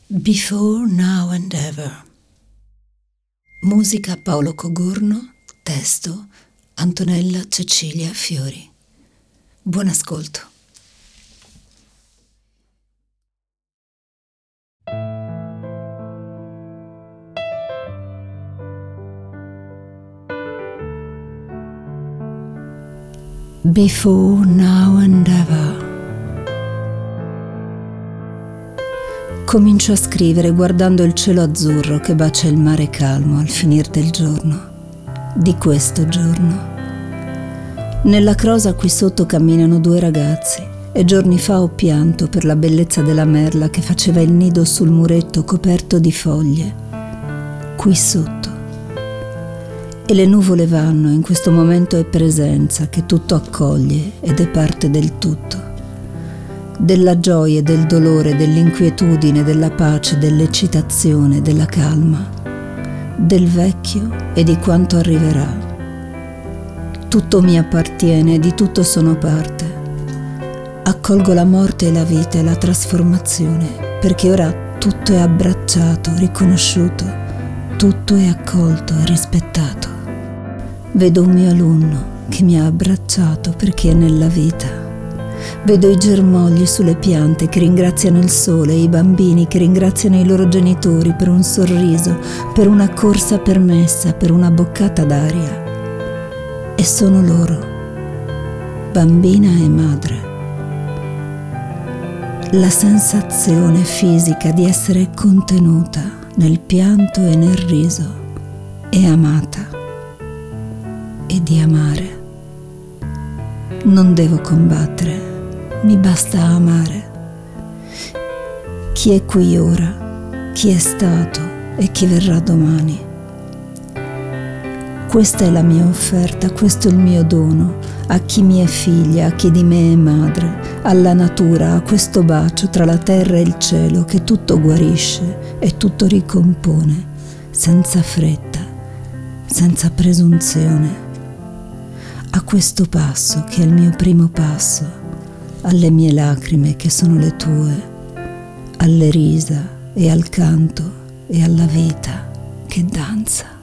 Before, Now and Ever. Musica Paolo Cogurno, testo Antonella Cecilia Fiori. Buon ascolto. Before, Now and Ever. Comincio a scrivere guardando il cielo azzurro che bacia il mare calmo al finir del giorno, di questo giorno. Nella crosa qui sotto camminano due ragazzi e giorni fa ho pianto per la bellezza della merla che faceva il nido sul muretto coperto di foglie, qui sotto. E le nuvole vanno, in questo momento è presenza che tutto accoglie ed è parte del tutto. Della gioia e del dolore, dell'inquietudine, della pace, dell'eccitazione, della calma, del vecchio e di quanto arriverà. Tutto mi appartiene, di tutto sono parte. Accolgo la morte e la vita e la trasformazione, perché ora tutto è abbracciato, riconosciuto, tutto è accolto e rispettato. Vedo un mio alunno che mi ha abbracciato perché è nella vita. Vedo i germogli sulle piante che ringraziano il sole e i bambini che ringraziano i loro genitori per un sorriso, per una corsa permessa, per una boccata d'aria. E sono loro, bambina e madre. La sensazione fisica di essere contenuta nel pianto e nel riso e amata e di amare. Non devo combattere. Mi basta amare. Chi è qui ora, chi è stato e chi verrà domani. Questa è la mia offerta, questo è il mio dono a chi mi è figlia, a chi di me è madre, alla natura, a questo bacio tra la terra e il cielo che tutto guarisce e tutto ricompone, senza fretta, senza presunzione. A questo passo che è il mio primo passo, alle mie lacrime che sono le tue, alle risa e al canto e alla vita che danza.